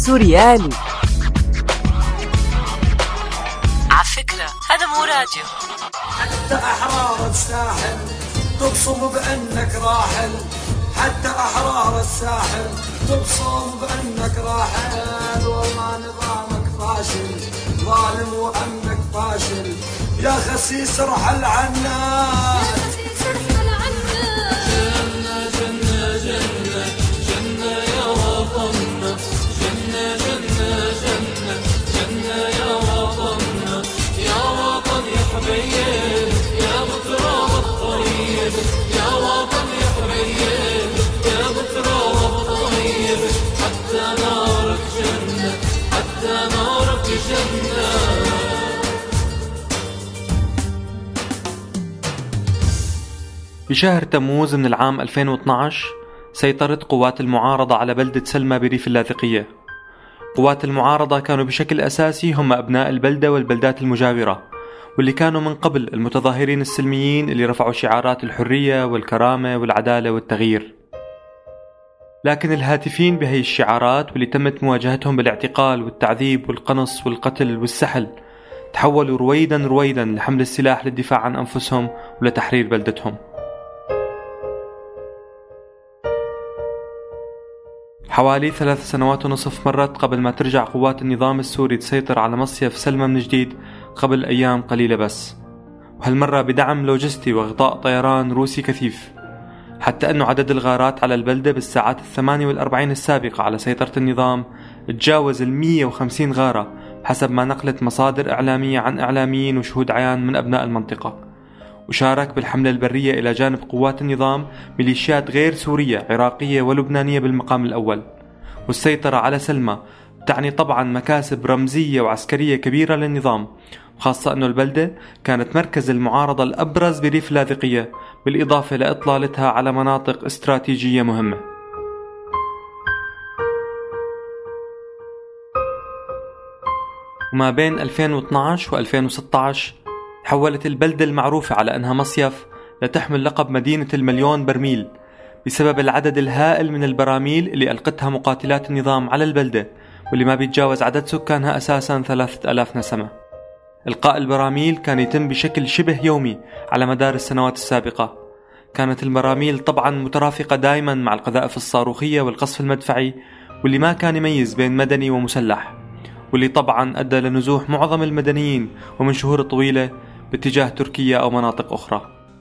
سوريالي. عفكرة هذا مو راديو. حتى أحرار الساحل تبصم بأنك راحل، حتى أحرار الساحل تبصم بأنك راحل. والله نظامك فاشل ظالم وأمنك فاشل، يا خسيس ارحل عنا. بشهر تموز من العام 2012 سيطرت قوات المعارضة على بلدة سلمى بريف اللاذقية. قوات المعارضة كانوا بشكل أساسي هم أبناء البلدة والبلدات المجاورة، واللي كانوا من قبل المتظاهرين السلميين اللي رفعوا شعارات الحرية والكرامة والعدالة والتغيير. لكن الهاتفين بهي الشعارات واللي تمت مواجهتهم بالاعتقال والتعذيب والقنص والقتل والسحل تحولوا رويدا لحمل السلاح للدفاع عن أنفسهم ولتحرير بلدتهم. حوالي 3 سنوات ونصف مرت قبل ما ترجع قوات النظام السوري تسيطر على مصيف سلمى من جديد قبل أيام قليلة بس، وهالمرة بدعم لوجستي وغطاء طيران روسي كثيف، حتى أنه عدد الغارات على البلدة بالساعات 48 السابقة على سيطرة النظام تجاوز 150 غارة حسب ما نقلت مصادر إعلامية عن إعلاميين وشهود عيان من أبناء المنطقة. وشارك بالحملة البرية إلى جانب قوات النظام ميليشيات غير سورية عراقية ولبنانية بالمقام الأول. والسيطرة على سلمى تعني طبعا مكاسب رمزية وعسكرية كبيرة للنظام، خاصة أنه البلدة كانت مركز المعارضة الأبرز بريف اللاذقية، بالإضافة لإطلالتها على مناطق استراتيجية مهمة. وما بين 2012 و2016 تحولت البلدة المعروفة على أنها مصيف لتحمل لقب مدينة المليون برميل بسبب العدد الهائل من البراميل اللي ألقتها مقاتلات النظام على البلدة، واللي ما بيتجاوز عدد سكانها أساساً 3000 نسمة. إلقاء البراميل كان يتم بشكل شبه يومي على مدار السنوات السابقة. كانت البراميل طبعاً مترافقة دائماً مع القذائف الصاروخية والقصف المدفعي، واللي ما كان يميز بين مدني ومسلح، واللي طبعاً أدى لنزوح معظم المدنيين ومن شهور طويلة باتجاه تركيا أو مناطق أخرى.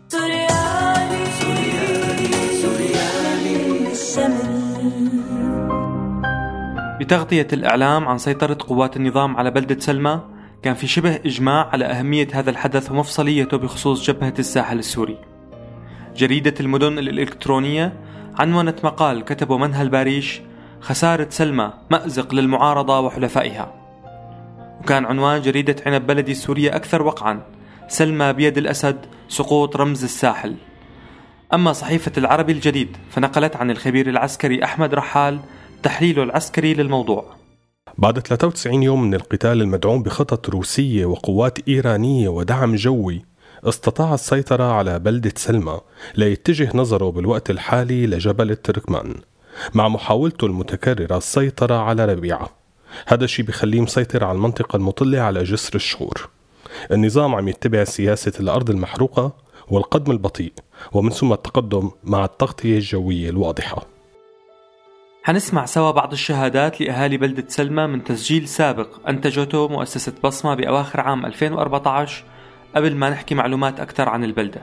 بتغطية الإعلام عن سيطرة قوات النظام على بلدة سلمى كان في شبه إجماع على أهمية هذا الحدث ومفصليته بخصوص جبهة الساحل السوري. جريدة المدن الإلكترونية عنونت مقال كتبه منهى الباريش خسارة سلمى مأزق للمعارضة وحلفائها، وكان عنوان جريدة عنب بلدي السورية أكثر وقعا: سلمى بيد الأسد سقوط رمز الساحل. أما صحيفة العربي الجديد فنقلت عن الخبير العسكري أحمد رحال تحليله العسكري للموضوع. بعد 93 يوم من القتال المدعوم بخطط روسية وقوات إيرانية ودعم جوي، استطاع السيطرة على بلدة سلمى ليتجه نظره بالوقت الحالي لجبل التركمان، مع محاولته المتكررة السيطرة على ربيعة. هذا الشيء بيخليه مسيطر على المنطقة المطلة على جسر الشغور. النظام عم يتبع سياسة الأرض المحروقة والقدم البطيء، ومن ثم التقدم مع التغطية الجوية الواضحة. حنسمع سوا بعض الشهادات لأهالي بلدة سلمى من تسجيل سابق أنتجته مؤسسة بصمة بأواخر عام 2014 قبل ما نحكي معلومات أكثر عن البلدة.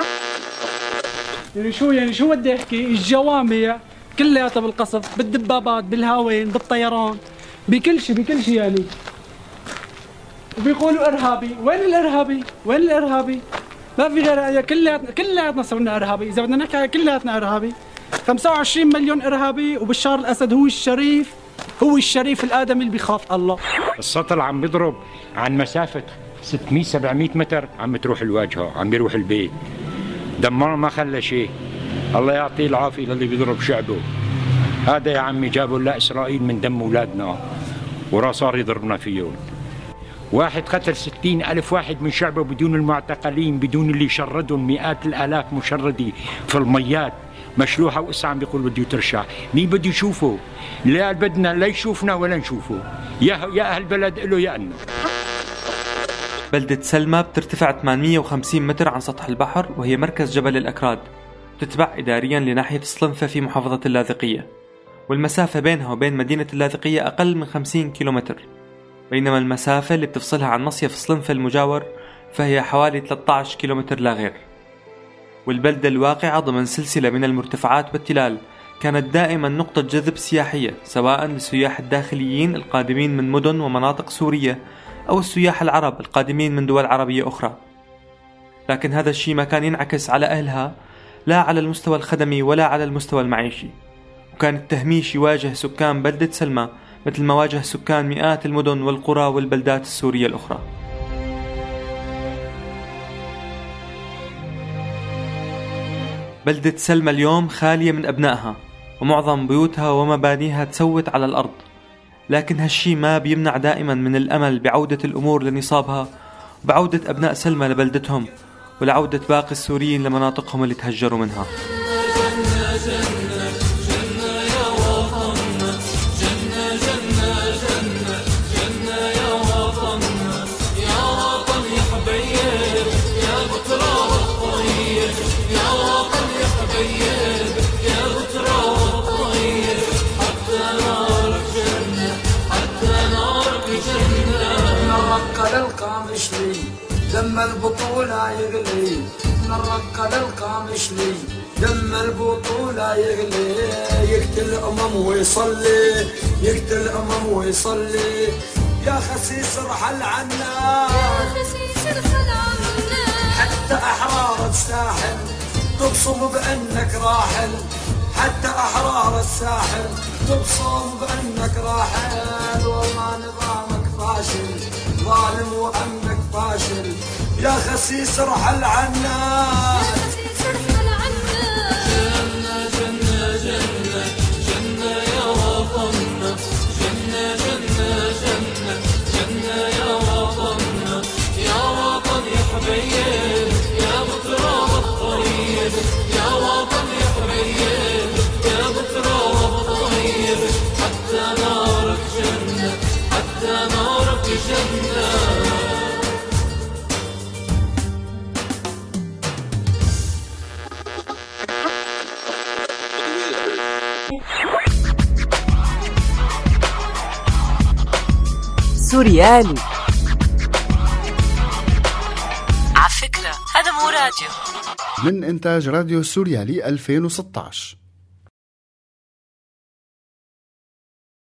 يعني شو بدي أحكي؟ الجوامع كلها بالقصف، بالدبابات، بالهاوين، بالطيران، بكل شيء يعني. وبيقولوا إرهابي. وين الإرهابي؟ ما في غير كلياتنا صرنا إرهابي. إذا بدنا نحكي كلياتنا إرهابي. 25 مليون إرهابي، وبشار الأسد هو الشريف الآدمي اللي بيخاف الله. السطل عم بيضرب عن مسافة 600-700 متر، عم تروح الواجهة، عم بيروح البيت. دمار ما خلى شيء. الله يعطيه العافية للي بيضرب شعبه. هذا يا عمي جابوا لنا إسرائيل من دم أولادنا، وراصار يضربنا فيهم. واحد قتل 60,000 واحد من شعبه بدون المعتقلين، بدون اللي شردهم، مئات الآلاف مشردي في الميات مشلوحة وإسا عم بيقول بده يترشح. مين بده يشوفه؟ لا بدنا لا يشوفنا ولا نشوفه، يا أهل بلد له يا أنه. بلدة سلمى بترتفع 850 متر عن سطح البحر، وهي مركز جبل الأكراد. تتبع إداريا لناحية صلنفة في محافظة اللاذقية، والمسافة بينها وبين مدينة اللاذقية أقل من 50 كيلومتر، بينما المسافة اللي بتفصلها عن مصيف صلنفة المجاور فهي حوالي 13 كيلومتر لا غير. والبلدة الواقعة ضمن سلسلة من المرتفعات والتلال كانت دائما نقطة جذب سياحية، سواء للسياح الداخليين القادمين من مدن ومناطق سورية أو السياح العرب القادمين من دول عربية أخرى. لكن هذا الشيء ما كان ينعكس على أهلها، لا على المستوى الخدمي ولا على المستوى المعيشي. وكان التهميش يواجه سكان بلدة سلمى مثل ما واجه سكان مئات المدن والقرى والبلدات السورية الأخرى. بلدة سلمى اليوم خالية من أبنائها، ومعظم بيوتها ومبانيها تسوت على الأرض، لكن هالشي ما بيمنع دائما من الأمل بعودة الأمور لنصابها، وبعودة أبناء سلمى لبلدتهم، ولعودة باقي السوريين لمناطقهم اللي تهجروا منها. لما البطولة يغلي من الرقة للقامشلي، لما البطولة يغلي يقتل أمم ويصلي، يقتل أمم ويصلي. يا خسيس ارحل عنا، يا خسيس ارحل عنا، حتى أحرار الساحل تبصم بأنك راحل، حتى أحرار الساحل تبصم بأنك راحل. والله نظامك فاشل ظالم وأمنك فاشل، يا خسيس ارحل عنا، يا خسيس ارحل عنا. جنة جنة جنة جنة يا وطننا، جنة جنة جنة جنة يا وطننا، يا وطن يا حبيب يا بتراب الطيب، يا وطن يا حبيب يا بتراب الطيب. حتى نارك جنة، حتى نارك جنة. سوريالي على فكرة هذا مو راديو، من إنتاج راديو سوريالي 2016.